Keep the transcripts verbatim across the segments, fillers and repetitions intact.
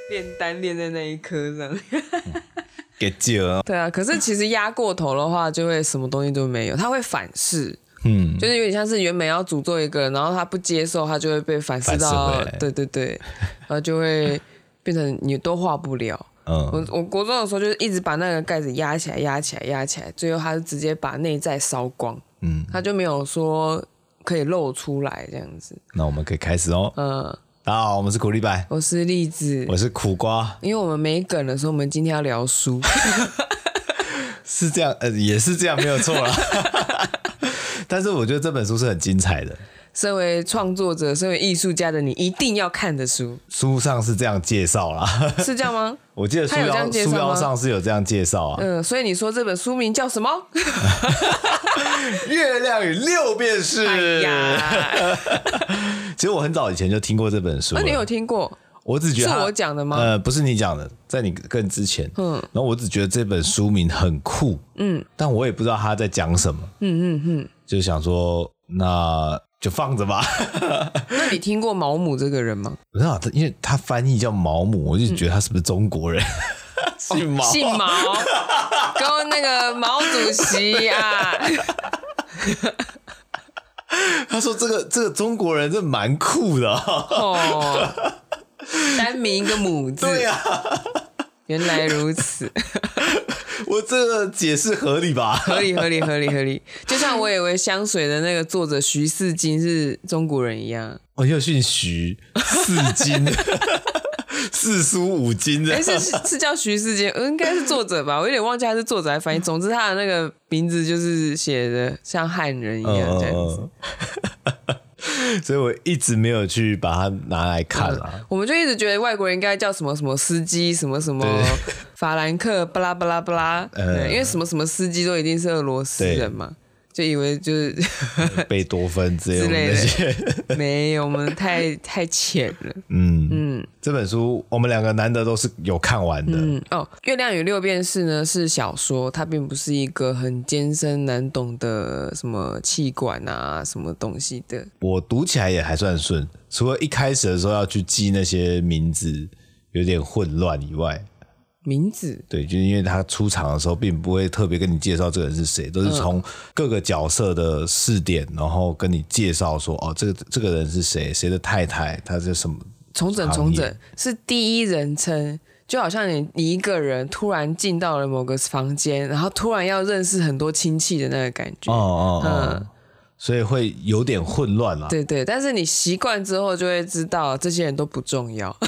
炼丹炼在那一颗上。 给救了。 对啊，可是其实压过头的话，就会什么东西都没有，它会反噬。 嗯， 就是有点像是原本要诅咒一个人，然后他不接受，他就会被反噬到，对对对，然后就会变成你都化不了。嗯，我我国中的时候就是一直把那个盖子压起来，压起来，压起来，最后他就直接把内在烧光。嗯，他就没有说可以露出来这样子。 那我们可以开始哦。嗯，大家好，我们是苦力白， 我是栗子， 我是苦瓜。 因为我们没梗的时候，我们今天要聊书。 是这样，呃，也是这样，没有错啦。但是我觉得这本书是很精彩的。 身为创作者，身为艺术家的你，一定要看的书。 书上是这样介绍啦。 是这样吗？ 我记得书腰书腰上是有这样介绍啊。 嗯，所以你说这本书名叫什么？ 月亮与六便士。 哎呀， 其实我很早以前就听过这本书了。 那、啊、你有听过？ 我只觉得是我讲的吗？ 呃，不是你讲的，在你更之前。嗯，然后我只觉得这本书名很酷。嗯，但我也不知道他在讲什么。嗯嗯嗯，就想说那就放着吧。 那你听过毛姆这个人吗？ 不知道，因为他翻译叫毛姆，我就觉得他是不是中国人？嗯、姓毛， 哦、姓毛，跟那个毛主席啊。 他说这个这个中国人真的蛮酷的。哦。 单名一个母字， 对啊， 原来如此。 我这个解释合理吧？ 合理，合理，合理，合理。就像我以为香水的那个作者徐四金是中国人一样。 我、哦、又姓徐，四金，四书五经的。 哎、欸，是是叫徐四金，应该是作者吧？我有点忘记他是作者还是翻译。总之，他的那个名字就是写的像汉人一样这样子。嗯所以我一直没有去把它拿来看啦、 嗯、我们就一直觉得外国人应该叫什么什么司机什么什么法兰克巴拉巴拉巴拉、嗯、因为什么什么司机都一定是俄罗斯人嘛，就以为就是贝多芬之类的那些。 没有，我们太太浅了。 嗯嗯，这本书我们两个难得都是有看完的。 嗯哦，《月亮与六便士》呢是小说，它并不是一个很艰深难懂的什么气管啊什么东西的。 我读起来也还算顺，除了一开始的时候要去记那些名字有点混乱以外。 名字对，就是因为他出场的时候并不会特别跟你介绍这个人是谁，都是从各个角色的视点，然后跟你介绍说哦，这个这个人是谁，谁的太太，他是什么。 重整重整是第一人称，就好像你你一个人突然进到了某个房间，然后突然要认识很多亲戚的那个感觉。哦哦哦，嗯，所以会有点混乱啦。 对对，但是你习惯之后就会知道这些人都不重要。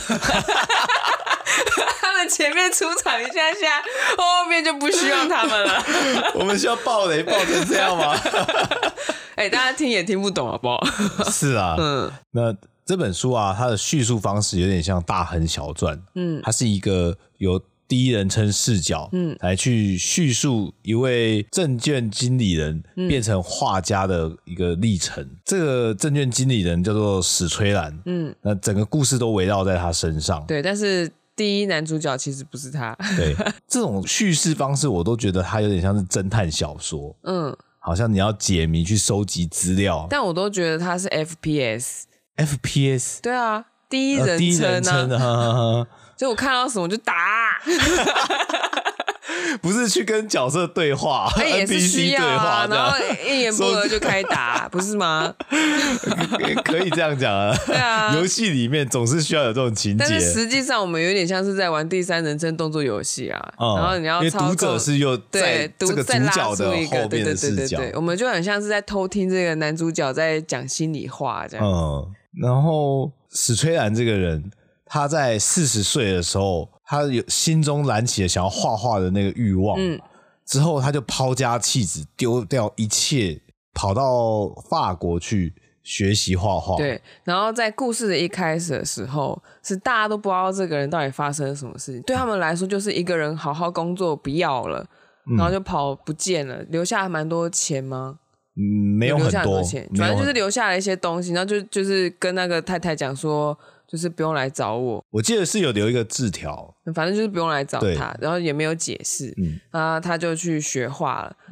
前面出场一下下，后面就不需要他们了。 我们需要爆雷爆成这样吗？ 哎、欸，大家听也听不懂好不好？ 是啊，嗯，那这本书啊，它的叙述方式有点像大亨小传，嗯，它是一个由第一人称视角，嗯，来去叙述一位证券经理人变成画家的一个历程。嗯、这个证券经理人叫做史崔兰，嗯，那整个故事都围绕在他身上。 对，但是第一男主角其实不是他。 对，这种叙事方式我都觉得它有点像是侦探小说，嗯，好像你要解谜去收集资料， 但我都觉得它是 F P S。F P S？ 对啊，第一人称啊，呃、第一人称啊，呵呵，就我看到什么就打。 不是去跟角色对话， 他也是需要啊，然后一言不合就开打，不是吗？ 可以这样讲啊。 对啊， 游戏里面总是需要有这种情节， 但是实际上我们有点像是在玩第三人称动作游戏啊、嗯，然后你要操控， 因为读者是又在这个主角的后面的视角， 对对对对对，我们就很像是在偷听这个男主角在讲心里话这样。 嗯，然后史崔兰这个人，他在四十岁的时候，他有心中燃起了想要画画的那个欲望，嗯，之后他就抛家弃子，丢掉一切，跑到法国去学习画画。 对，然后在故事的一开始的时候，是大家都不知道这个人到底发生了什么事情，对他们来说就是一个人好好工作不要了，然后就跑不见了，留下还蛮多钱吗？ 嗯，没有很多， 留下很多钱，反正就是留下了一些东西，然后就就是跟那个太太讲说，就是不用来找我。 我记得是有留一个字条， 反正就是不用来找他，然后也没有解释。嗯，啊，他就去学画了。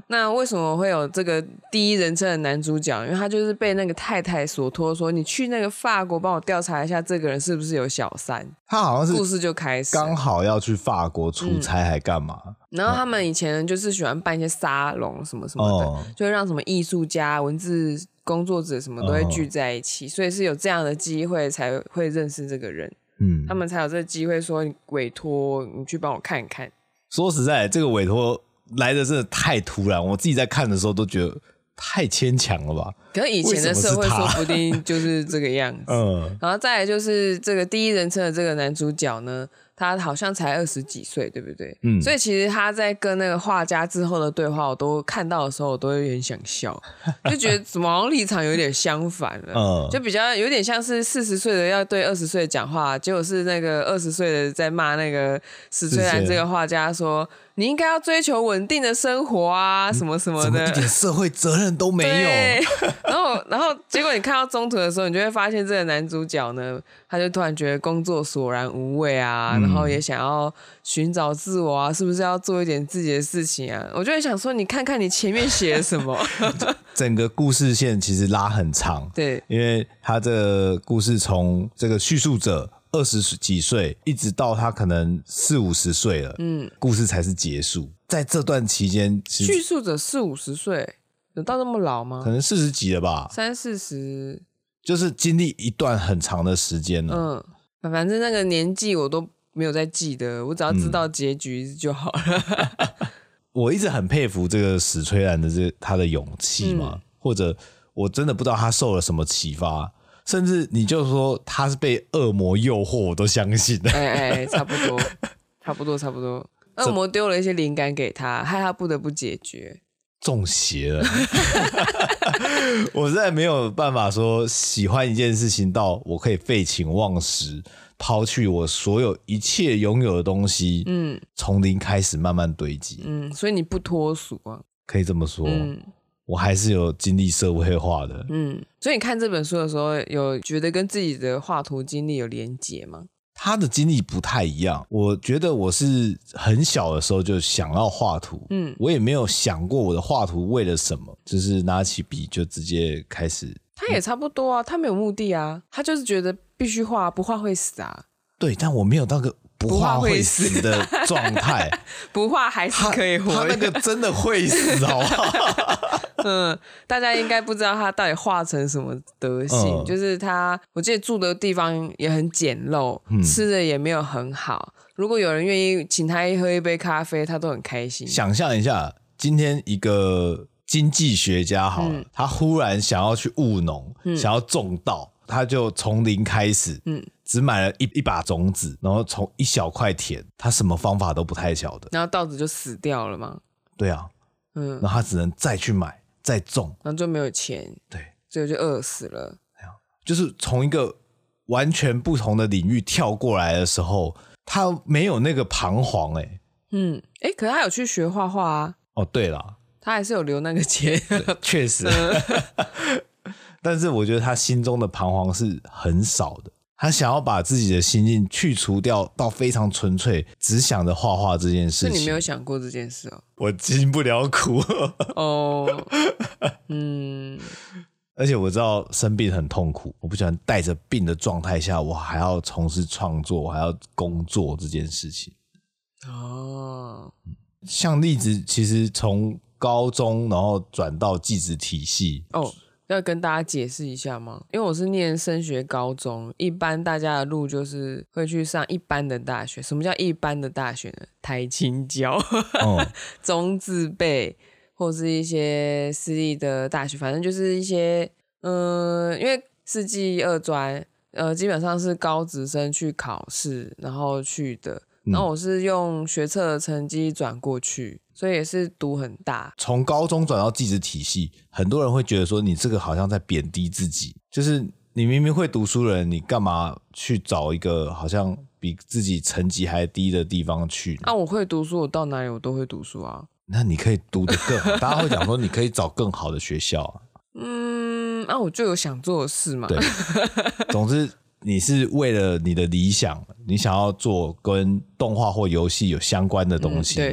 那为什么会有这个第一人称的男主角？因为他就是被那个太太所托，说你去那个法国帮我调查一下这个人是不是有小三。 他好像是故事就开始刚好要去法国出差还干嘛、嗯、 然后他们以前就是喜欢办一些沙龙什么什么的、哦、就会让什么艺术家文字工作者什么都会聚在一起、哦、所以是有这样的机会才会认识这个人。嗯，他们才有这个机会说你委托你去帮我看看。 说实在这个委托来的真的太突然，我自己在看的时候都觉得太牵强了吧。 可是以前的社会说不定就是这个样子。嗯，然后再来就是这个第一人称的这个男主角呢，他好像才二十几岁，对不对？嗯，所以其实他在跟那个画家之后的对话，我都看到的时候，我都有点想笑，就觉得怎么好像立场有点相反了。嗯，就比较有点像是四十岁的要对二十岁讲话，结果是那个二十岁的在骂那个史崔兰这个画家说。你应该要追求稳定的生活啊，什么什么的， 怎么一点社会责任都没有？ 然后，然后结果你看到中途的时候，你就会发现这个男主角呢，他就突然觉得工作索然无味啊，嗯、然后也想要寻找自我啊，是不是要做一点自己的事情啊？我就会想说，你看看你前面写了什么。 整个故事线其实拉很长， 对， 因为他这个故事从这个叙述者。二十几岁一直到他可能四五十岁了，嗯，故事才是结束。在这段期间， 叙述者四五十岁，有到那么老吗？ 可能四十几了吧， 三四十， 就是经历一段很长的时间了。 嗯，反正那个年纪我都没有在记得，我只要知道结局就好了。嗯、 我一直很佩服这个史崔兰的这他的勇气嘛，嗯、或者我真的不知道他受了什么启发。甚至你就说他是被恶魔诱惑，我都相信的。 哎哎，差不多，差不多，差不多。恶魔丢了一些灵感给他，害他不得不解决。 中邪了。我实在没有办法说喜欢一件事情到我可以废寝忘食，抛去我所有一切拥有的东西，嗯，从零开始慢慢堆积。 嗯，所以你不脱俗啊？ 可以这么说。嗯。我还是有经历社会化的， 嗯，所以你看这本书的时候，有觉得跟自己的画图经历有连结吗？ 他的经历不太一样，我觉得我是很小的时候就想要画图，嗯，我也没有想过我的画图为了什么，就是拿起笔就直接开始。 他也差不多啊，他没有目的啊，他就是觉得必须画，不画会死啊。 对，但我没有那个。不画会死的状态， 不画还是可以活。 他那个真的会死，好不好？ 嗯，大家应该不知道他到底画成什么德性。嗯、就是他，我记得住的地方也很简陋，嗯、吃的也没有很好。如果有人愿意请他喝一杯咖啡，他都很开心。 想象一下，今天一个经济学家好了，嗯、他忽然想要去务农，嗯、想要种稻。他就从零开始，嗯，只买了一一把种子，然后从一小块田，他什么方法都不太晓得， 然后稻子就死掉了吗？ 对啊，嗯，然后他只能再去买，再种， 然后就没有钱， 对， 所以就饿死了。 就是从一个完全不同的领域跳过来的时候，他没有那个彷徨、欸，哎， 嗯，哎，可是他有去学画画啊。 哦，对啦， 他还是有留那个钱， 确实。但是我觉得他心中的彷徨是很少的，他想要把自己的心境去除掉到非常纯粹，只想着画画这件事情。 是你没有想过这件事哦？ 我经不了苦。 哦，嗯， 而且我知道生病很痛苦，我不喜欢带着病的状态下，我还要从事创作，我还要工作这件事情。哦，像例子，其实从高中然后转到技职体系哦。要跟大家解释一下吗？因为我是念升学高中，一般大家的路就是会去上一般的大学。什么叫一般的大学呢？台清交、哦、中字辈或是一些私立的大学，反正就是一些嗯，因为世纪二专呃，基本上是高职生去考试然后去的。然后我是用学测的成绩转过去，所以也是读很大。 从高中转到技职体系，很多人会觉得说你这个好像在贬低自己，就是你明明会读书的人，你干嘛去找一个好像比自己成绩还低的地方去？ 啊，我会读书，我到哪里我都会读书啊。 那你可以读得更好，大家会讲说你可以找更好的学校啊。 嗯，啊，我就有想做的事嘛。 对，总之。你是为了你的理想，你想要做跟动画或游戏有相关的东西，嗯、对，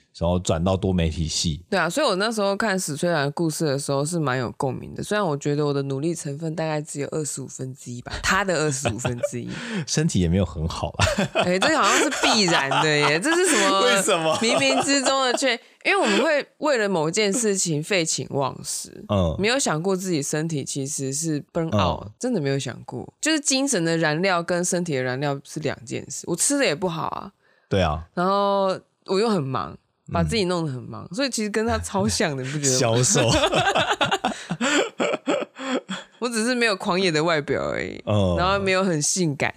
然后转到多媒体系。 对啊，所以我那时候看史翠兰的故事的时候是蛮有共鸣的，虽然我觉得我的努力成分大概只有二十五分之一吧，他的二十五分之一， 身体也没有很好啊。 哎、欸，这好像是必然的耶，这是什么？ 为什么？ 冥冥之中的却，因为我们会为了某件事情废寝忘食，嗯，没有想过自己身体其实是 burn out，、嗯、真的没有想过，就是精神的燃料跟身体的燃料是两件事。我吃的也不好啊，对啊，然后我又很忙。把自己弄得很忙、嗯、所以其实跟他超像的，你不觉得吗？销售我只是没有狂野的外表而已、嗯、然后没有很性感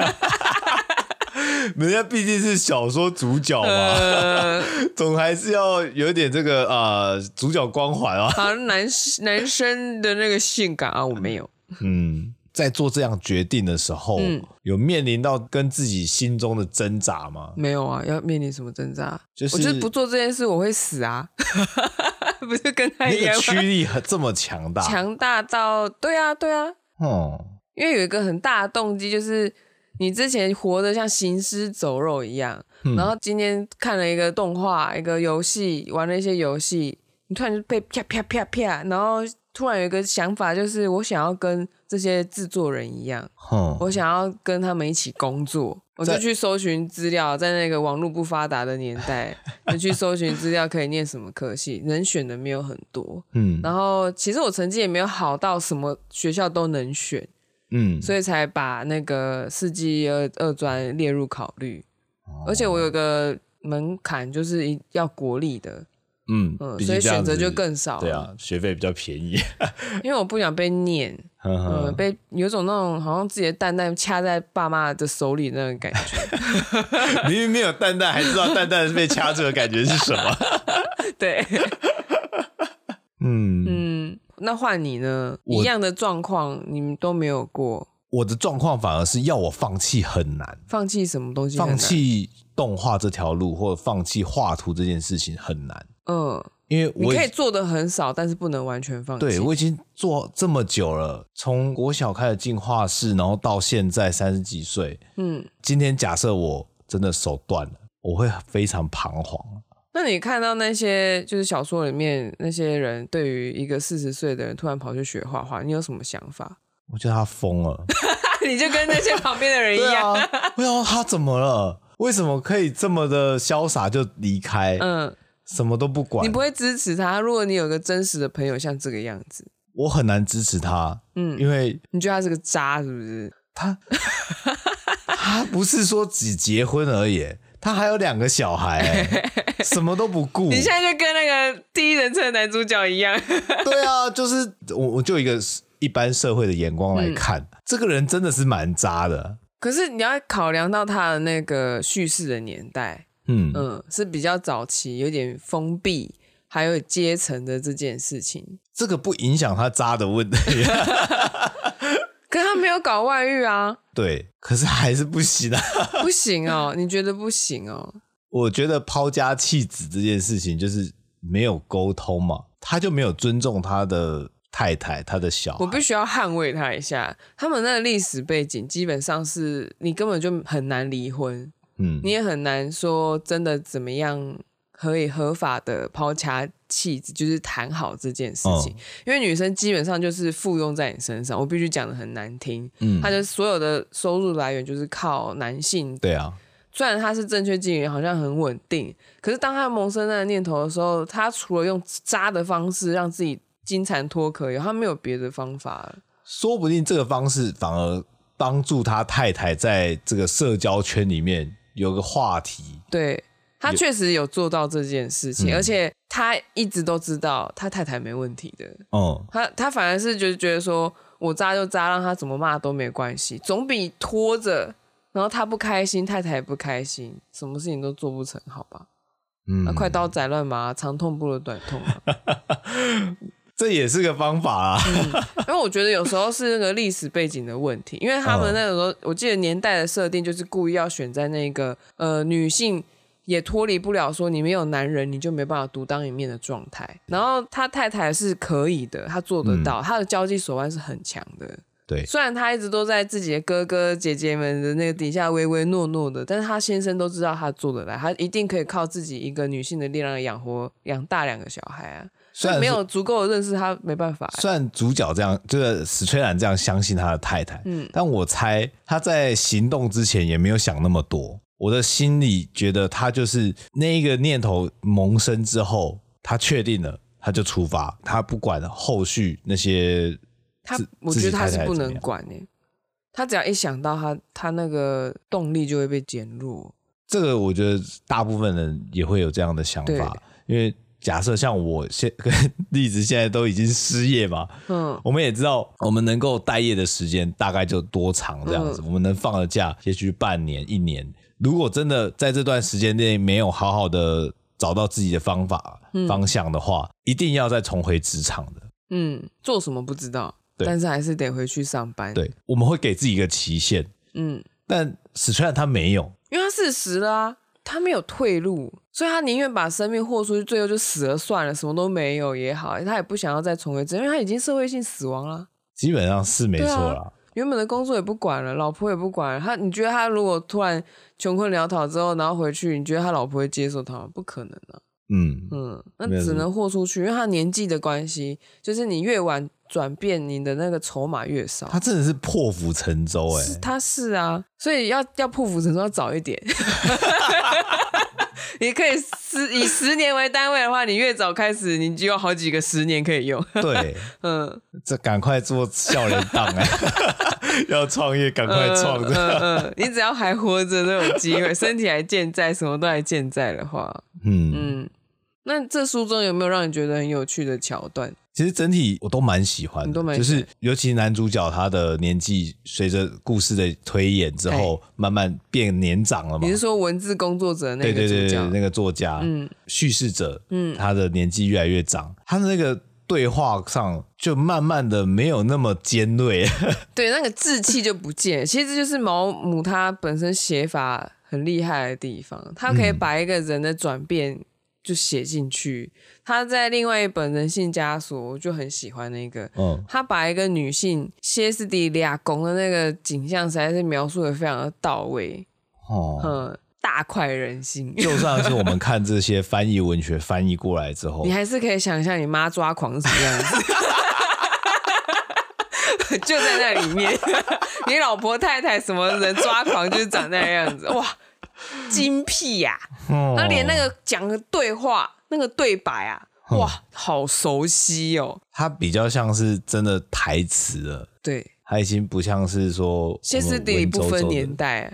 人家毕竟是小说主角嘛、呃、总还是要有点这个呃主角光环啊。 好，男男生的那个性感啊我没有。 嗯，在做这样决定的时候、嗯、有面临到跟自己心中的挣扎吗？ 没有啊，要面临什么挣扎？就是我就是不做这件事我会死啊不是跟他一样吗？ 那个驱力这么强大， 强大到对啊对啊、嗯、因为有一个很大的动机，就是你之前活得像行尸走肉一样、嗯、然后今天看了一个动画一个游戏，玩了一些游戏，你突然就被啪啪啪啪，然后突然有一个想法，就是我想要跟这些制作人一样、嗯、我想要跟他们一起工作，我就去搜寻资料，在那个网络不发达的年代就去搜寻资料可以念什么科系，能选的没有很多、嗯、然后其实我成绩也没有好到什么学校都能选，嗯，所以才把那个世纪二二专列入考虑、哦、而且我有个门槛就是要国立的，嗯, 嗯所以选择就更少了。 对啊，学费比较便宜因为我不想被念嗯，被有种那种好像自己的蛋蛋掐在爸妈的手里那种感觉明明没有蛋蛋还知道蛋蛋被掐住的感觉是什么对嗯嗯，那换你呢？一样的状况你们都没有过。 我的状况反而是要我放弃很难。 放弃什么东西很难？ 放弃动画这条路或者放弃画图这件事情很难。嗯，因为我你可以做的很少，但是不能完全放弃。 对，我已经做这么久了，从国小开始进画室，然后到现在三十几岁。嗯，今天假设我真的手断了，我会非常彷徨。 那你看到那些就是小说里面那些人对于一个四十岁的人突然跑去学画画，你有什么想法？ 我觉得他疯了你就跟那些旁边的人一样对啊，我想他怎么了？为什么可以这么的潇洒就离开？嗯，什么都不管。 你不会支持他？如果你有个真实的朋友像这个样子， 我很难支持他。嗯，因为你觉得他是个渣是不是？ 他他不是说只结婚而已，他还有两个小孩什么都不顾。 你现在就跟那个第一人称的男主角一样对啊，就是我我就一个一般社会的眼光来看、嗯、这个人真的是蛮渣的。 可是你要考量到他的那个叙事的年代，嗯嗯，是比较早期，有点封闭，还有阶层的这件事情。 这个不影响他渣的问题可是他没有搞外遇啊。 对，可是还是不行啊不行哦？你觉得不行哦？ 我觉得抛家弃子这件事情就是没有沟通嘛，他就没有尊重他的太太他的小孩。 我必须要捍卫他一下，他们那个历史背景基本上是你根本就很难离婚，嗯，你也很难说真的怎么样可以合法的抛家弃子，就是谈好这件事情、嗯、因为女生基本上就是附庸在你身上，我必须讲得很难听，嗯，她的所有的收入来源就是靠男性。 对啊， 虽然他是正确经营好像很稳定，可是当他萌生那个念头的时候，他除了用渣的方式让自己金蝉脱壳以后，他没有别的方法了。 说不定这个方式反而帮助他太太在这个社交圈里面有个话题。 对，他确实有做到这件事情、嗯、而且他一直都知道他太太没问题的。嗯，他他反而是就觉得说我渣就渣，让他怎么骂都没关系，总比拖着然后他不开心太太也不开心，什么事情都做不成，好吧。嗯，啊、快刀斩乱麻，长痛不如短痛啊这也是个方法啊、 嗯、因为我觉得有时候是那个历史背景的问题，因为他们那个时候、嗯、我记得年代的设定就是故意要选在那个呃女性也脱离不了说你没有男人你就没办法独当一面的状态，然后他太太是可以的，他做得到、嗯、他的交际手腕是很强的。 对， 虽然他一直都在自己的哥哥姐姐们的那个底下唯唯诺诺的，但是他先生都知道他做得来，他一定可以靠自己一个女性的力量养活养大两个小孩啊。虽然没有足够的认识他没办法、欸。 虽然主角这样，就是史崔兰这样相信他的太太，嗯，但我猜他在行动之前也没有想那么多。我的心里觉得他就是那一个念头萌生之后，他确定了，他就出发，他不管后续那些。 他我觉得他是不能管耶，他只要一想到他他那个动力就会被减弱。 这个我觉得大部分人也会有这样的想法，因为假设像我现跟栗子现在都已经失业嘛，嗯，我们也知道我们能够待业的时间大概就多长这样子，嗯、我们能放的假也许半年一年。如果真的在这段时间内没有好好的找到自己的方法、嗯、方向的话，一定要再重回职场的。 嗯，做什么不知道，但是还是得回去上班。 对，我们会给自己一个期限。嗯，但史崔兰他没有， 因为他四十了啊，他没有退路，所以他宁愿把生命豁出去，最后就死了算了，什么都没有也好，他也不想要再重回职场，因为他已经社会性死亡了。 基本上是没错啦。啊， 原本的工作也不管了，老婆也不管了，他你觉得他如果突然穷困潦倒之后，然后回去，你觉得他老婆会接受他吗？不可能啊。嗯嗯，那只能豁出去，因为他年纪的关系，就是你越晚转变，你的那个筹码越少。 他真的是破釜沉舟哎、欸， 他是啊，所以要要破釜沉舟要早一点。你可以十以十年为单位的话，你越早开始，你就有好几个十年可以用。 对，嗯，这赶快做少年档哎，要创业赶快创的。嗯嗯嗯，你只要还活着都有机会，身体还健在，什么都还健在的话，嗯嗯。那这书中有没有让你觉得很有趣的桥段？ 其实整体我都蛮喜欢的，你都蛮喜欢，就是尤其男主角他的年纪随着故事的推演之后，慢慢变年长了嘛。 你是说文字工作者那个主角？ 对对对，那个作家，嗯，叙事者，嗯，他的年纪越来越长，他的那个对话上就慢慢的没有那么尖锐， 对，那个志气就不见了。其实这就是毛姆他本身写法很厉害的地方，他可以把一个人的转变就写进去。他在另外一本《人性枷锁》，我就很喜欢那个，嗯，他把一个女性歇斯底里俩拱的那个景象，实在是描述的非常的到位，哦，嗯，大快人心。 就算是我们看这些翻译文学翻译过来之后， 你还是可以想象你妈抓狂是什么样子。就在那里面，你老婆太太什么人抓狂就是长那样子，哇，精辟呀、啊！他、哦、连那个讲的对话、那个对白啊，哇，嗯、好熟悉哦。 他比较像是真的台词了， 对， 他已经不像是说歇斯底里不分年代。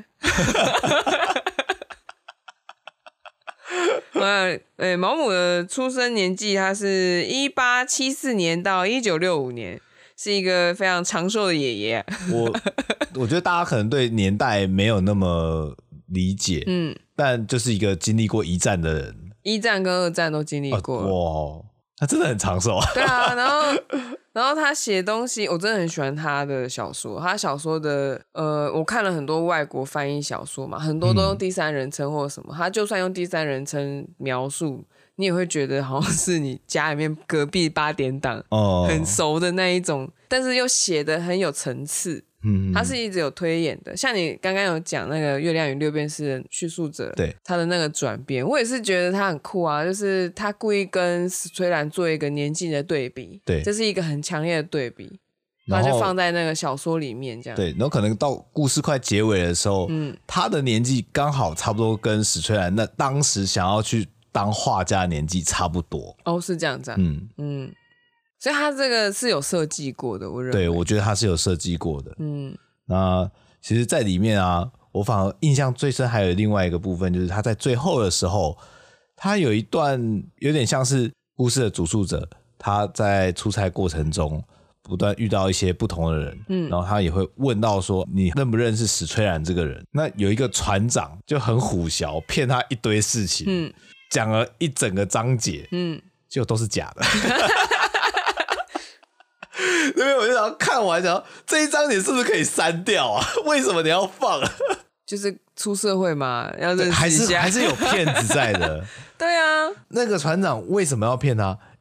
呃，欸、毛姆的出生年纪，他是一八七四年到一九六五年。是一个非常长寿的爷爷、啊。我我觉得大家可能对年代没有那么理解，嗯，但就是一个经历过一战的人， 一战跟二战都经历过了、 哦、哇，他真的很长寿啊。 对啊，然后然后他写东西，我真的很喜欢他的小说。他小说的呃，我看了很多外国翻译小说嘛，很多都用第三人称或什么、嗯，他就算用第三人称描述。你也会觉得好像是你家里面隔壁八点档很熟的那一种， oh. 但是又写得很有层次。嗯，它是一直有推演的。像你刚刚有讲那个《月亮与六便士》的叙述者，对他的那个转变，我也是觉得他很酷啊。就是他故意跟史崔兰做一个年纪的对比，对，这是一个很强烈的对比。他就放在那个小说里面，这样对。然后可能到故事快结尾的时候，嗯，他的年纪刚好差不多跟史崔兰那当时想要去当画家的年纪差不多哦，是这样子、啊，嗯嗯，所以他这个是有设计过的，我认为， 对，我觉得他是有设计过的，嗯，那其实，在里面啊，我反而印象最深还有另外一个部分，就是他在最后的时候，他有一段有点像是故事的主述者，他在出差过程中不断遇到一些不同的人，嗯，然后他也会问到说你认不认识史崔兰这个人？那有一个船长就很虎小，骗他一堆事情，嗯。讲了一整个章节，嗯，结果都是假的。那边我就想看完，想这一章节是不是可以删掉啊？为什么你要放？ 就是出社会嘛，要认识一下， 还是还是有骗子在的。 对啊， 那个船长为什么要骗他？因为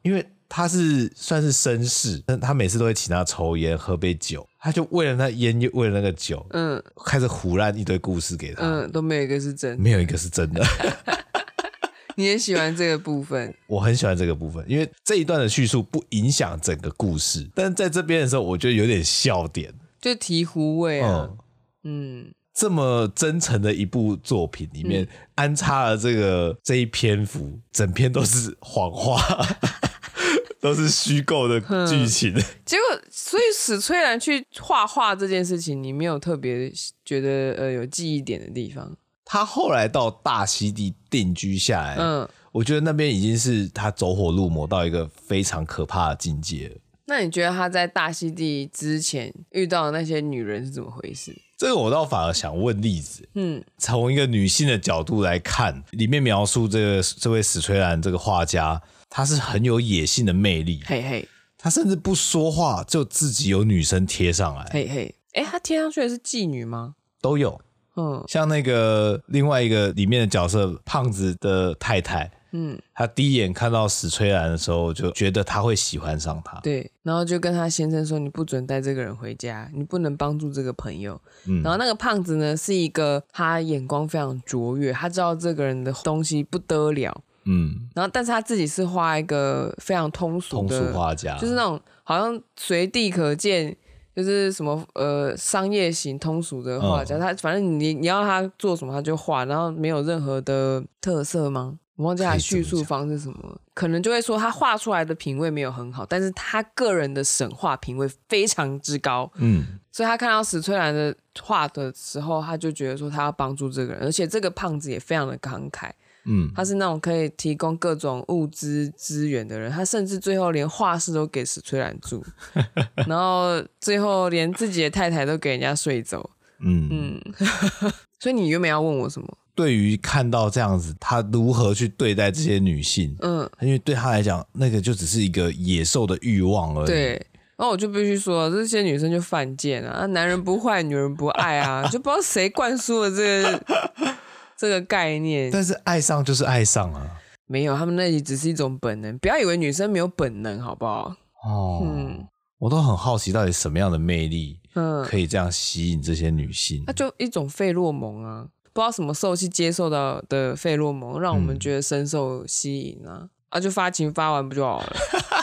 他是算是绅士，但他每次都会请他抽烟喝杯酒，他就为了那烟又为了那个酒，嗯，开始胡乱一堆故事给他， 嗯，都没有一个是真的， 没有一个是真的。 你也喜欢这个部分？ 我很喜欢这个部分，因为这一段的叙述不影响整个故事，但是在这边的时候我觉得有点笑点， 就醍醐味啊。 嗯，嗯这么真诚的一部作品里面、嗯、安插了这个这一篇幅，整篇都是谎话。都是虚构的剧情、嗯、 结果所以史崔兰去画画这件事情你没有特别觉得呃有记忆点的地方？ 他后来到大溪地定居下来，嗯，我觉得那边已经是他走火入魔到一个非常可怕的境界了。 那你觉得他在大溪地之前遇到的那些女人是怎么回事？ 这个我倒反而想问例子，嗯，从一个女性的角度来看，里面描述这个这位史崔兰这个画家，他是很有野性的魅力，嘿嘿，他甚至不说话就自己有女生贴上来，嘿嘿， 哎，他贴上去的是妓女吗？ 都有，嗯，像那个另外一个里面的角色胖子的太太，嗯，他第一眼看到史崔兰的时候就觉得他会喜欢上他， 对，然后就跟他先生说你不准带这个人回家，你不能帮助这个朋友、嗯、然后那个胖子呢是一个他眼光非常卓越，他知道这个人的东西不得了，嗯，然后但是他自己是画一个非常通俗的通俗画家， 就是那种好像随地可见，就是什么呃商业型通俗的画家、嗯、他反正你你要他做什么他就画，然后没有任何的特色吗？我忘记他叙述方式什么，可能就会说他画出来的品味没有很好，但是他个人的神画品味非常之高，嗯，所以他看到史崔兰的画的时候，他就觉得说他要帮助这个人，而且这个胖子也非常的慷慨，嗯，他是那种可以提供各种物资资源的人，他甚至最后连画室都给史崔兰住，然后最后连自己的太太都给人家睡走，嗯嗯，所以你原本要问我什么？ 对于看到这样子他如何去对待这些女性，嗯，因为对他来讲那个就只是一个野兽的欲望而已， 对，然后我就必须说这些女生就犯贱啊，男人不坏女人不爱啊，就不知道谁灌输了这个这个概念， 但是爱上就是爱上啊， 没有，他们那里只是一种本能，不要以为女生没有本能好不好？ 哦，嗯，我都很好奇到底什么样的魅力可以这样吸引这些女性， 那就一种费洛蒙啊，不知道什么受器接受到的费洛蒙让我们觉得深受吸引啊、嗯、啊就发情发完不就好了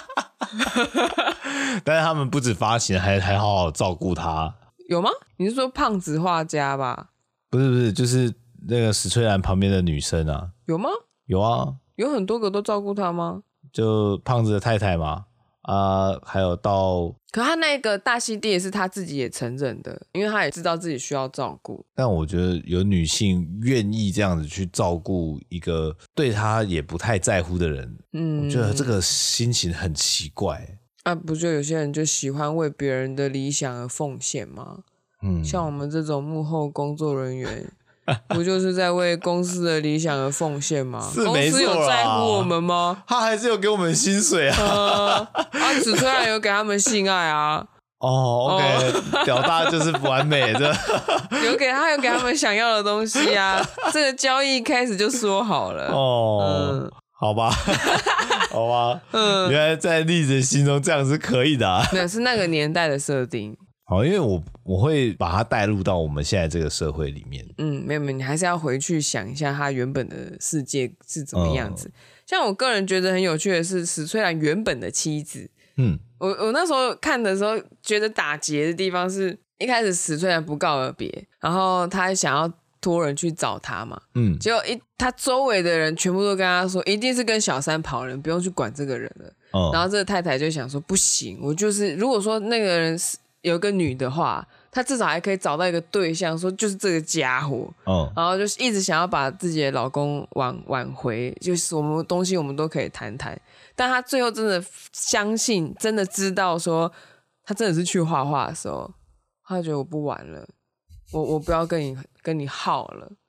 但是他们不止发情还还好好照顾他， 有吗？你是说胖子画家吧？ 不是不是，就是那个史崔兰旁边的女生啊， 有吗？ 有啊， 有很多个都照顾他吗？ 就胖子的太太嘛，啊，还有到， 可他那个大溪地也是他自己也承认的，因为他也知道自己需要照顾。 但我觉得有女性愿意这样子去照顾一个对他也不太在乎的人，嗯，我觉得这个心情很奇怪。 啊，不就有些人就喜欢为别人的理想而奉献吗？嗯，像我们这种幕后工作人员。不就是在为公司的理想而奉献吗？ 是没错啦， 公司有在乎我们吗？ 他还是有给我们薪水啊。呃、 啊，史崔兰有给他们性爱啊。 哦 ，OK， 屌大就是不完美的。 有给他有给他们想要的东西啊。这个交易开始就说好了。哦， 嗯、好吧，好吧，嗯，原来在栗子心中这样是可以的啊。 没有，是那个年代的设定。 好，因为我我会把它带入到我们现在这个社会里面。 嗯，没有没有，你还是要回去想一下他原本的世界是怎么样子。嗯、像我个人觉得很有趣的是史崔兰原本的妻子。嗯，我我那时候看的时候觉得打结的地方是一开始史崔兰不告而别，然后他想要托人去找他嘛。嗯，结果一他周围的人全部都跟他说，一定是跟小三跑人，不用去管这个人了。哦、然后这个太太就想说，不行，我就是如果说那个人是。有个女的话，她至少还可以找到一个对象，说就是这个家伙，哦，然后就是一直想要把自己的老公挽挽回，就是我们东西我们都可以谈谈。但她最后真的相信，真的知道说，她真的是去画画的时候，她就觉得我不玩了，我我不要跟你跟你耗了，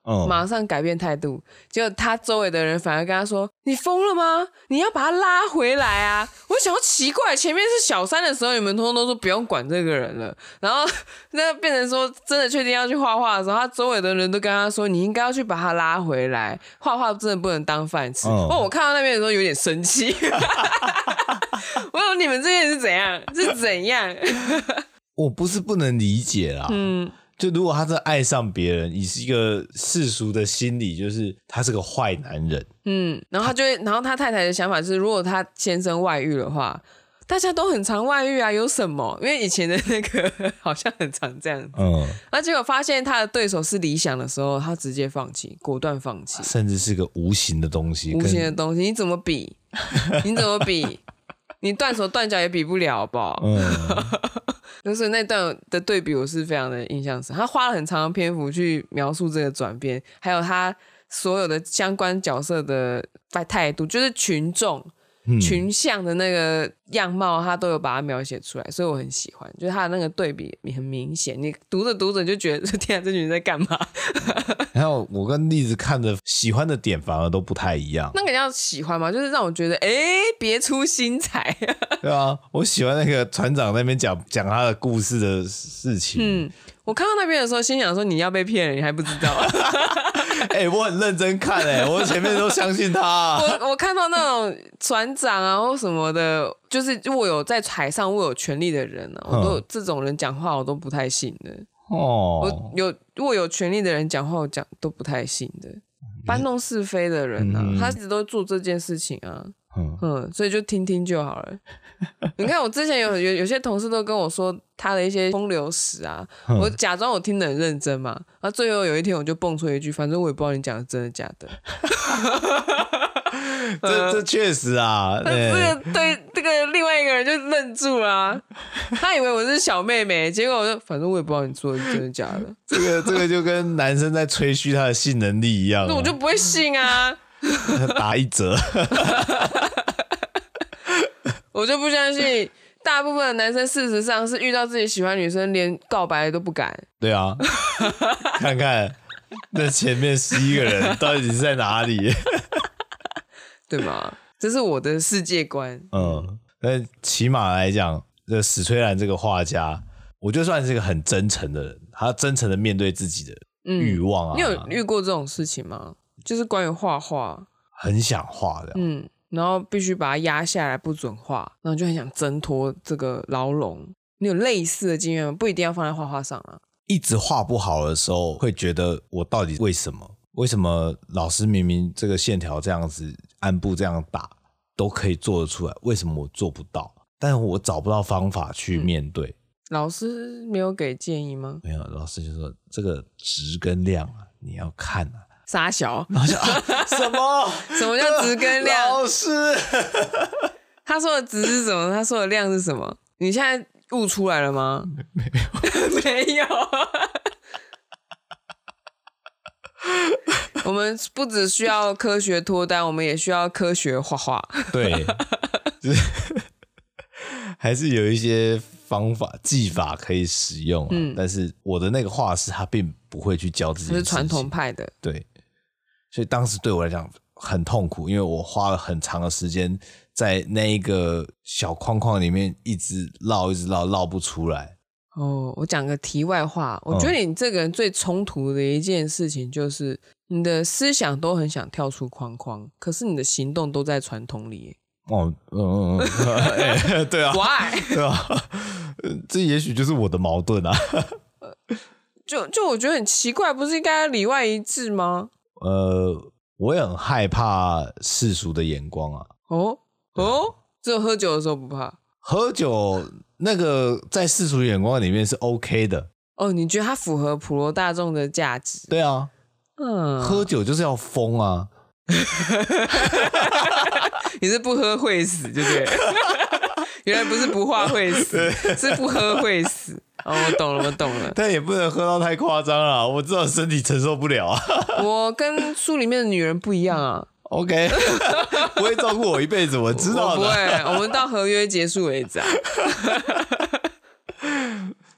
嗯、马上改变态度，结果他周围的人反而跟他说：“你疯了吗？你要把他拉回来啊！”我想要奇怪，前面是小三的时候，你们通通都说不用管这个人了，然后那变成说真的确定要去画画的时候，他周围的人都跟他说：“你应该要去把他拉回来，画画真的不能当饭吃。嗯”我看到那边的时候有点生气，我说你们这些人是怎样？是怎样？ 我不是不能理解啦，嗯。就如果他真的爱上别人，以是一个世俗的心理，就是他是个坏男人。 嗯，然后他就会，然后他太太的想法是，如果他先生外遇的话，大家都很常外遇啊，有什么？因为以前的那个好像很常这样子。嗯，那结果发现他的对手是理想的时候，他直接放弃，果断放弃， 甚至是个无形的东西。 无形的东西，你怎么比？你怎么比？你断手断脚也比不了，好不好？嗯。就是那段的对比我是非常的印象深，他花了很长的篇幅去描述这个转变，还有他所有的相关角色的态度，就是群众、嗯、群像的那个样貌他都有把它描写出来，所以我很喜欢，就是他的那个对比很明显，你读着读着就觉得天啊，这群人在干嘛？ 然后我跟栗子看的喜欢的点反而都不太一样。 那个叫喜欢吗？就是让我觉得哎，别出心裁。 对啊，我喜欢那个船长那边讲讲他的故事的事情。 嗯，我看到那边的时候，心想说你要被骗了，你还不知道。 哎、欸，我很认真看哎、欸，我前面都相信他、啊。 我我看到那种船长啊或什么的，就是握有在海上握有权力的人啊，我都有这种人讲话我都不太信的。哦，我有握有权力的人讲话我讲都不太信的，搬弄是非的人啊，嗯、他一直都做这件事情啊。嗯, 嗯，所以就听听就好了。你看，我之前有有有些同事都跟我说他的一些风流史啊，嗯、我假装我听得很认真嘛，然后最后有一天我就蹦出一句，反正我也不知道你讲的真的假的。 这这确实啊， 这个对这个另外一个人就愣住了、啊，他以为我是小妹妹，结果我就反正我也不知道你说的真的假的。 这个这个就跟男生在吹嘘他的性能力一样、啊， 那我就不会信啊。 打一折。 我就不相信大部分的男生事实上是遇到自己喜欢女生连告白都不敢。 对啊，看看那前面十一个人到底是在哪里。 对吗？这是我的世界观。 嗯，但起码来讲，这史崔兰这个画家，我就算是一个很真诚的人，他真诚的面对自己的欲望啊、 嗯。你有遇过这种事情吗？就是关于画画， 很想画的， 嗯，然后必须把它压下来，不准画，然后就很想挣脱这个牢笼。你有类似的经验吗？不一定要放在画画上啊。 一直画不好的时候，会觉得我到底为什么？为什么老师明明这个线条这样子按部这样打都可以做得出来，为什么我做不到？但是我找不到方法去面对。嗯、 老师没有给建议吗？ 没有，老师就说这个值跟量啊，你要看啊。 傻小， 然后就、啊、什么？ 什么叫值跟量？ 老师， 他说的值是什么？他说的量是什么？你现在悟出来了吗？ 没有， 没有。我们不只需要科学脱单，我们也需要科学画画。 对，就是还是有一些方法技法可以使用、啊嗯、但是我的那个画师他并不会去教这件事情， 是传统派的。 对，所以当时对我来讲很痛苦，因为我花了很长的时间在那一个小框框里面一直绕一直绕绕不出来。 哦，我讲个题外话，我觉得你这个人最冲突的一件事情就是你的思想都很想跳出框框，可是你的行动都在传统里。 哦，嗯嗯嗯，欸、对啊 ，Why？ 对啊，这也许就是我的矛盾啊。 就就我觉得很奇怪，不是应该里外一致吗？ 呃，我也很害怕世俗的眼光啊。 哦哦，只有喝酒的时候不怕。 喝酒那个在世俗眼光里面是 OK 的。 哦，你觉得它符合普罗大众的价值？ 对啊，嗯，喝酒就是要疯啊。 你是不喝会死，对不对？原来不是不画会死，是不喝会死。哦，我懂了，我懂了。 但也不能喝到太夸张了，我知道身体承受不了啊。 我跟书里面的女人不一样啊。 OK， 不会照顾我一辈子，我知道的。 我不会，我们到合约结束为止啊。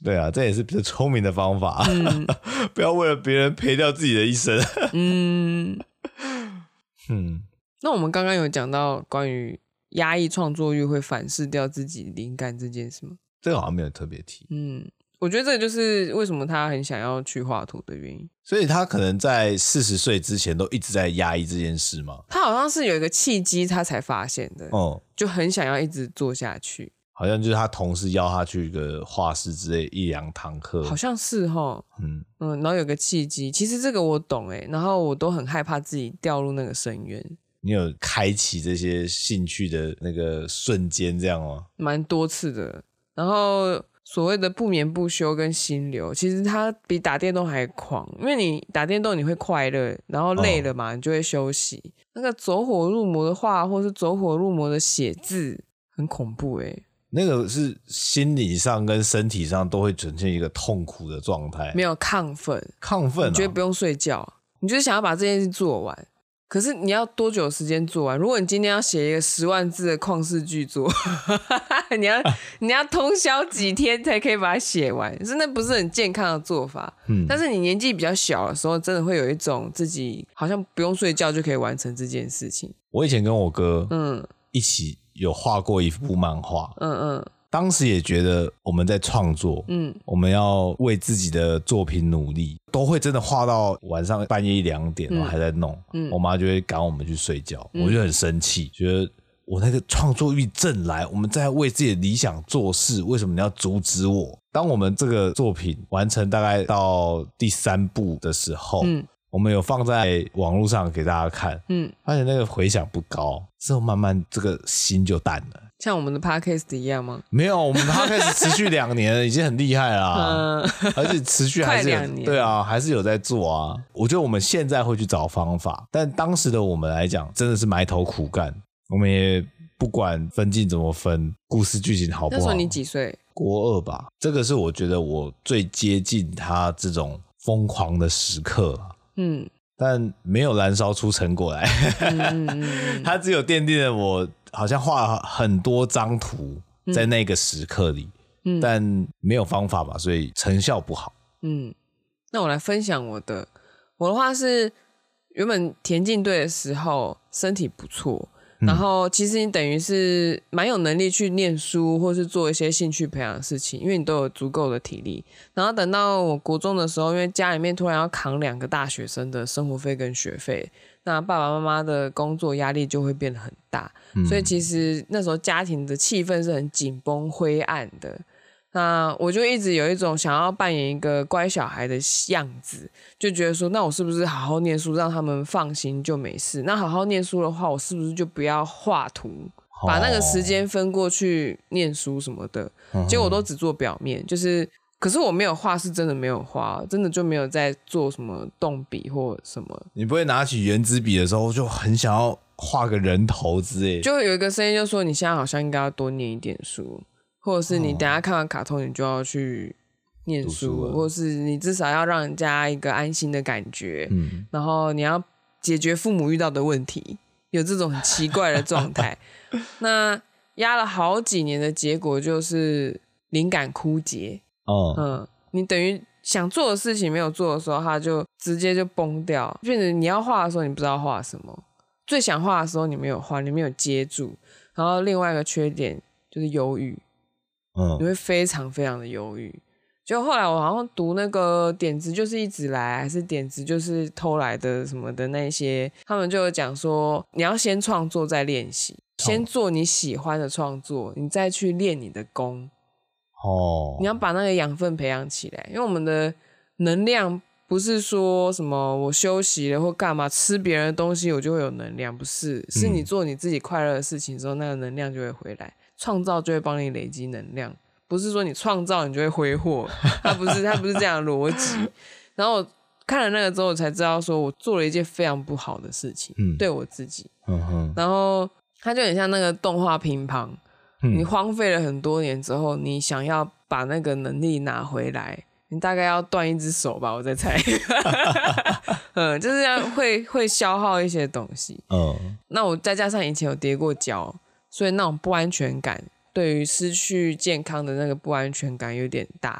对啊，这也是比较聪明的方法，嗯、不要为了别人赔掉自己的一生。嗯嗯，那我们刚刚有讲到关于压抑创作欲会反噬掉自己灵感这件事吗？ 这个好像没有特别提。 嗯，我觉得这个就是为什么他很想要去画图的原因。 所以他可能在四十岁之前都一直在压抑这件事吗？ 他好像是有一个契机他才发现的，哦，就很想要一直做下去。 好像就是他同事邀他去一个画室之类一两堂课， 好像是齁，嗯嗯，然后有个契机，其实这个我懂哎，然后我都很害怕自己掉入那个深渊。 你有开启这些兴趣的那个瞬间这样吗？ 蛮多次的。然后所谓的不眠不休跟心流，其实它比打电动还狂，因为你打电动你会快乐，然后累了嘛，哦，你就会休息。那个走火入魔的画，或是走火入魔的写字，很恐怖哎。 那个是心理上跟身体上都会呈现一个痛苦的状态， 没有亢奋， 亢奋，啊， 你觉得不用睡觉，你就是想要把这件事做完。可是你要多久时间做完？如果你今天要写一个十万字的旷世巨作，你要你要通宵几天才可以把它写完，真的不是很健康的做法。嗯，但是你年纪比较小的时候，真的会有一种自己好像不用睡觉就可以完成这件事情。 我以前跟我哥嗯一起有画过一部漫画，嗯嗯。当时也觉得我们在创作，嗯，我们要为自己的作品努力，都会真的画到晚上半夜一两点，然后还在弄，嗯，我妈就会赶我们去睡觉，嗯，我就很生气，觉得我那个创作欲正来，我们在为自己的理想做事，为什么你要阻止我？当我们这个作品完成大概到第三部的时候，嗯，我们有放在网络上给大家看，嗯，发现那个回响不高，之后慢慢这个心就淡了。 像我们的 podcast 一样吗？ 没有，我们的 podcast 持续两年了，已经很厉害啦，嗯，而且持续还是有，快两年，对啊，还是有在做啊。我觉得我们现在会去找方法，但当时的我们来讲，真的是埋头苦干，我们也不管分镜怎么分，故事剧情好不好。 那时候你几岁？ 国二吧。这个是我觉得我最接近他这种疯狂的时刻，嗯，但没有燃烧出成果来，嗯嗯嗯，他只有奠定了我。好像画很多张图在那个时刻里，嗯，但没有方法吧，所以成效不好。 嗯，那我来分享我的，我的话是原本田径队的时候身体不错，嗯，然后其实你等于是蛮有能力去念书或是做一些兴趣培养的事情，因为你都有足够的体力。然后等到我国中的时候，因为家里面突然要扛两个大学生的生活费跟学费，那爸爸妈妈的工作压力就会变得很大，嗯，所以其实那时候家庭的气氛是很紧绷灰暗的。那我就一直有一种想要扮演一个乖小孩的样子，就觉得说那我是不是好好念书让他们放心就没事，那好好念书的话我是不是就不要画图，哦，把那个时间分过去念书什么的，嗯，结果我都只做表面，就是可是我没有画是真的没有画，真的就没有在做什么动笔或什么。 你不会拿起原子笔的时候就很想要画个人头之类的， 就会有一个声音就说你现在好像应该要多念一点书，或者是你等一下看完卡通你就要去念书，或者是你至少要让人家一个安心的感觉，嗯，然后你要解决父母遇到的问题，有这种很奇怪的状态。那压了好几年的结果就是灵感枯竭。哦，嗯，你等于想做的事情没有做的时候，它就直接就崩掉，变成你要画的时候你不知道画什么，最想画的时候你没有画，你没有接住。然后另外一个缺点就是忧郁，嗯，你会非常非常的忧郁。就后来我好像读那个点子就是一直来，还是点子就是偷来的什么的那些，他们就有讲说你要先创作再练习，先做你喜欢的创作，你再去练你的功。哦，你要把那个养分培养起来，因为我们的能量不是说什么我休息了或干嘛吃别人的东西我就会有能量，不是，是你做你自己快乐的事情之后，那个能量就会回来，创造就会帮你累积能量，不是说你创造你就会挥霍，它不是它不是这样的逻辑。然后我看了那个之后我才知道说我做了一件非常不好的事情，嗯，对我自己，嗯哼，然后它就很像那个动画乒乓，你荒废了很多年之后，你想要把那个能力拿回来，你大概要断一只手吧，我在猜。嗯，就是要会会消耗一些东西。嗯，那我再加上以前有跌过跤，所以那种不安全感，对于失去健康的那个不安全感有点大。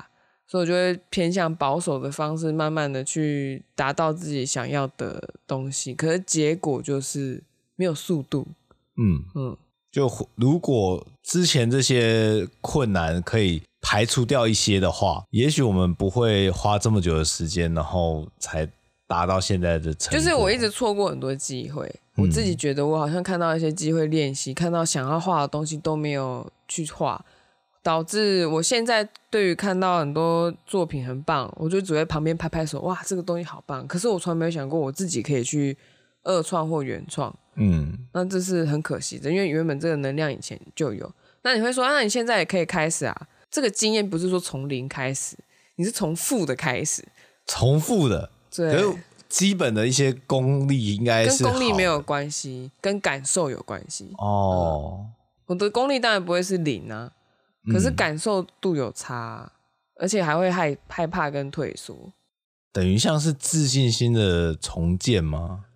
所以我就会偏向保守的方式，慢慢的去达到自己想要的东西。可是结果就是没有速度。 嗯嗯，就如果之前这些困难可以排除掉一些的话，也许我们不会花这么久的时间，然后才达到现在的成果。 就是我一直错过很多机会，我自己觉得我好像看到一些机会练习，看到想要画的东西都没有去画，导致我现在对于看到很多作品很棒，我就只会旁边拍拍手，哇，这个东西好棒。可是我从来没有想过我自己可以去二创或原创，嗯，那这是很可惜的，因为原本这个能量以前就有。那你会说，那你现在也可以开始啊？这个经验不是说从零开始，你是从负的开始， 重复的， 对。 可是基本的一些功力应该是跟功力没有关系，跟感受有关系。哦、嗯，我的功力当然不会是零啊，可是感受度有差、啊嗯，而且还会害害怕跟退缩， 等于像是自信心的重建吗？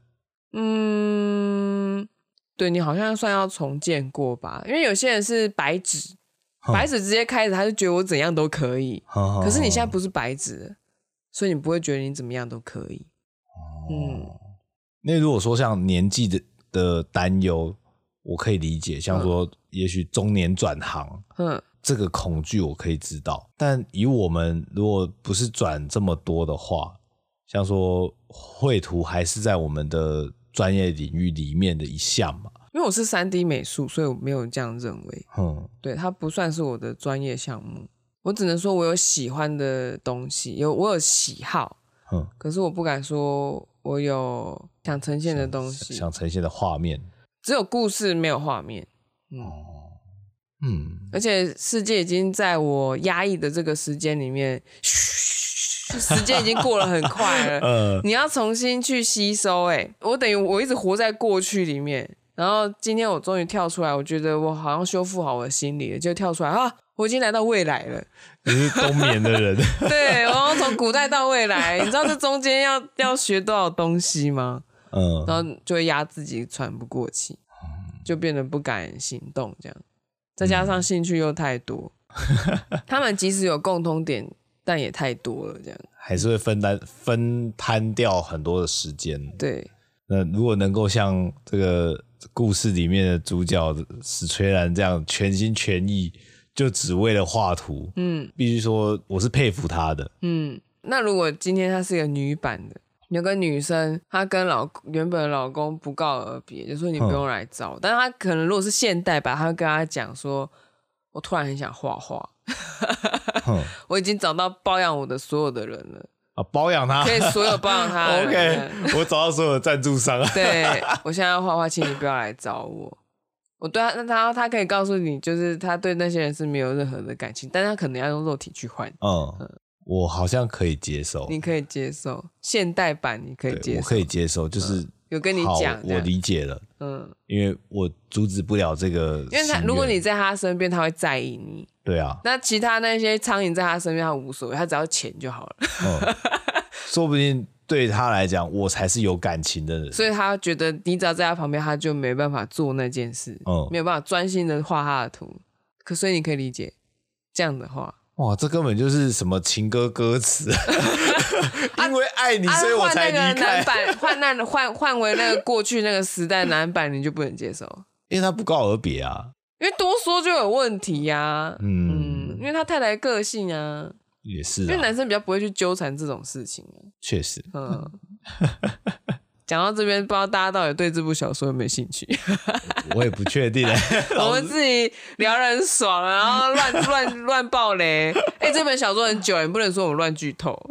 嗯，对，你好像算要重建过吧，因为有些人是白纸，白纸直接开始，他就觉得我怎样都可以，可是你现在不是白纸，所以你不会觉得你怎么样都可以。 嗯，那如果说像年纪的的担忧，我可以理解，像说也许中年转行，嗯，这个恐惧我可以知道。但以我们如果不是转这么多的话，像说绘图还是在我们的专业领域里面的一项嘛。 因为我是 三 D 美术，所以我没有这样认为。嗯，对，它不算是我的专业项目，我只能说我有喜欢的东西，有我有喜好，嗯，可是我不敢说我有想呈现的东西， 想, 想呈现的画面， 只有故事没有画面。嗯，嗯，而且世界已经在我压抑的这个时间里面，嘘，时间已经过了很快了。呃、你要重新去吸收、欸。哎，我等于我一直活在过去里面，然后今天我终于跳出来，我觉得我好像修复好我的心理了，就跳出来啊，我已经来到未来了。 你是冬眠的人。 对，我要从古代到未来，你知道这中间要要学多少东西吗？嗯，然后就会压自己喘不过气，就变得不敢行动这样，再加上兴趣又太多，嗯、他们即使有共同点，但也太多了，这样还是会分担分摊掉很多的时间。 对， 那如果能够像这个故事里面的主角史崔兰这样全心全意，就只为了画图，嗯，必须说我是佩服他的。 嗯，那如果今天她是一个女版的，有个女生，她跟老原本的老公不告而别，就说你不用来找我，但是她可能如果是现代版，她会跟他讲说，我突然很想画画，我已经找到包养我的所有的人了。 啊，包养他， 可以所有包养他。 OK， 我找到所有的赞助商。 对，我现在要画画，请你不要来找我。我对他，那他他可以告诉你，就是他对那些人是没有任何的感情，但他可能要用肉体去换。 嗯，嗯我好像可以接受。 你可以接受现代版，你可以接受， 我可以接受，就是、嗯、 有跟你讲， 我理解了。嗯，因为我阻止不了这个， 因为他如果你在他身边，他会在意你。 对啊， 那其他那些苍蝇在他身边，他无所谓，他只要钱就好了。嗯， 说不定对他来讲，我才是有感情的人， 所以他觉得你只要在他旁边，他就没办法做那件事，嗯，没有办法专心的画他的图。可所以你可以理解这样的话， 哇，这根本就是什么情歌歌词，因为爱你，所以我才离开。 换那个男版，换那换换回那个过去那个时代男版，你就不能接受， 因为他不告而别啊。 因为多说就有问题呀、啊，嗯, 嗯，因为他太太的个性啊， 也是、啊， 因为男生比较不会去纠缠这种事情啊， 确实，嗯。 讲到这边，不知道大家到底对这部小说有没有兴趣？ 我也不确定。 我们自己聊得很爽，然后乱乱乱爆雷。哎、欸，这本小说很久，你不能说我们乱剧透。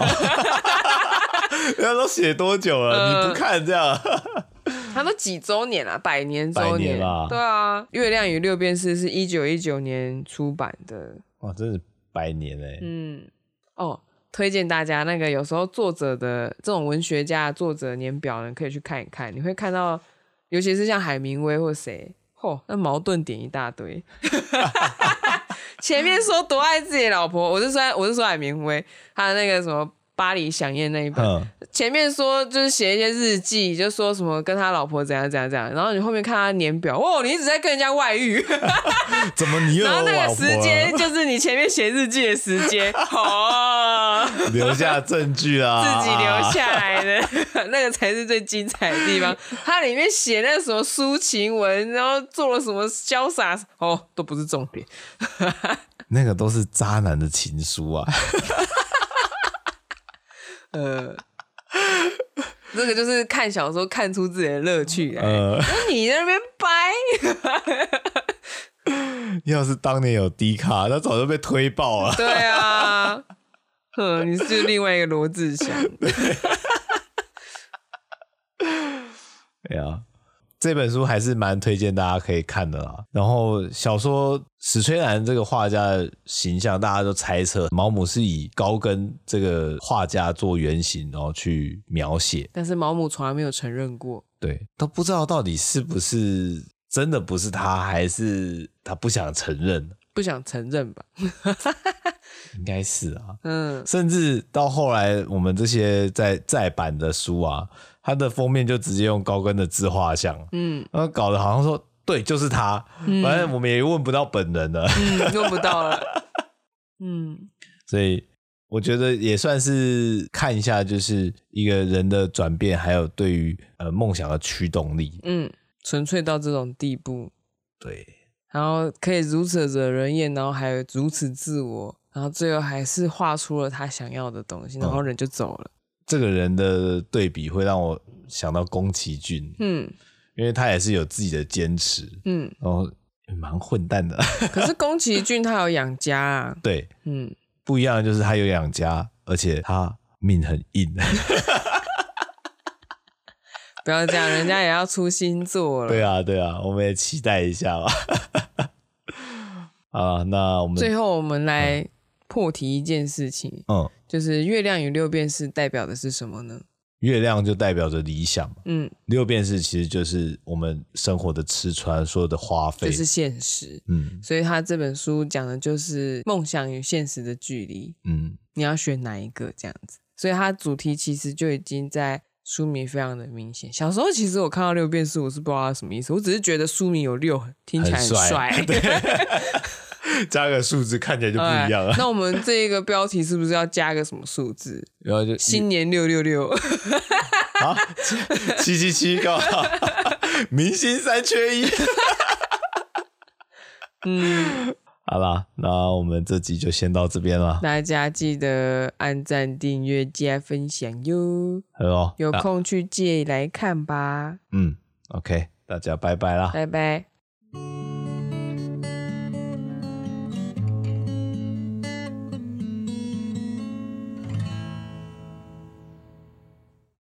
人家都写多久了、呃？你不看这样？ 他都几周年了、啊，百年周年吧？ 对啊，《月亮与六便士》是一九一九年出版的。 哇，真是百年哎、欸！ 嗯，哦，推荐大家那个有时候作者的这种文学家的作者年表呢，可以去看一看。你会看到，尤其是像海明威或谁，嚯，那矛盾点一大堆。前面说多爱自己的老婆，我是说我是说海明威，他的那个什么巴黎响宴那一本，嗯、前面说就是写一些日记，就说什么跟他老婆怎样怎样怎样，然后你后面看他年表，哇，你一直在跟人家外遇， 怎么你又有老婆了？ 然后那个时间就是你前面写日记的时间，哦， 留下证据啊， 自己留下来的那个才是最精彩的地方。它里面写那什么抒情文，然后做了什么潇洒，哦，都不是重点。 那个都是渣男的情书啊。 呃，这个就是看小说看出自己的乐趣来。呃，你在那边掰， 要是当年有低卡，那早就被推爆了。 对啊，哼，你是另外一个罗志祥。 对啊，这本书还是蛮推荐大家可以看的啦。然后小说史崔兰这个画家的形象，大家都猜测毛姆是以高更这个画家做原型，然后去描写。 但是毛姆从来没有承认过， 对，都不知道到底是不是真的不是他，还是他不想承认。 不想承认吧？ 应该是啊，嗯，甚至到后来我们这些在再版的书啊，它的封面就直接用高更的自画像，嗯，然后搞得好像说对，就是他，嗯、反正我们也问不到本人了， 嗯，问不到了，嗯， 所以我觉得也算是看一下，就是一个人的转变，还有对于呃梦想的驱动力， 嗯，纯粹到这种地步， 对， 然后可以如此惹人厌，然后还有如此自我。然后最后还是画出了他想要的东西，然后人就走了。 嗯、这个人的对比会让我想到宫崎骏，嗯，因为他也是有自己的坚持，嗯，然后蛮混蛋的。 可是宫崎骏他有养家啊， 对，嗯，不一样的就是他有养家，而且他命很硬。 不要这样，人家也要出新作了。 对啊，对啊，我们也期待一下吧。啊，那我们最后我们来。嗯破题一件事情，嗯，就是月亮与六便士代表的是什么呢？ 月亮就代表着理想，嗯，六便士其实就是我们生活的吃穿，所有的花费， 就是现实，嗯，所以他这本书讲的就是梦想与现实的距离，嗯，你要选哪一个这样子？所以它主题其实就已经在书名非常的明显。小时候其实我看到六便士，我是不知道它什么意思，我只是觉得书名有六，听起来很帅。 加个数字看起来就不一样了。 那我们这个标题是不是要加个什么数字？ 然后就新年六六六啊，七七七干嘛？明星三缺一。嗯，好啦，那我们这集就先到这边了。 大家记得按赞、订阅、加分享哟。 好哦， 有空去借来看吧。 嗯 ，OK， 大家拜拜啦， 拜拜。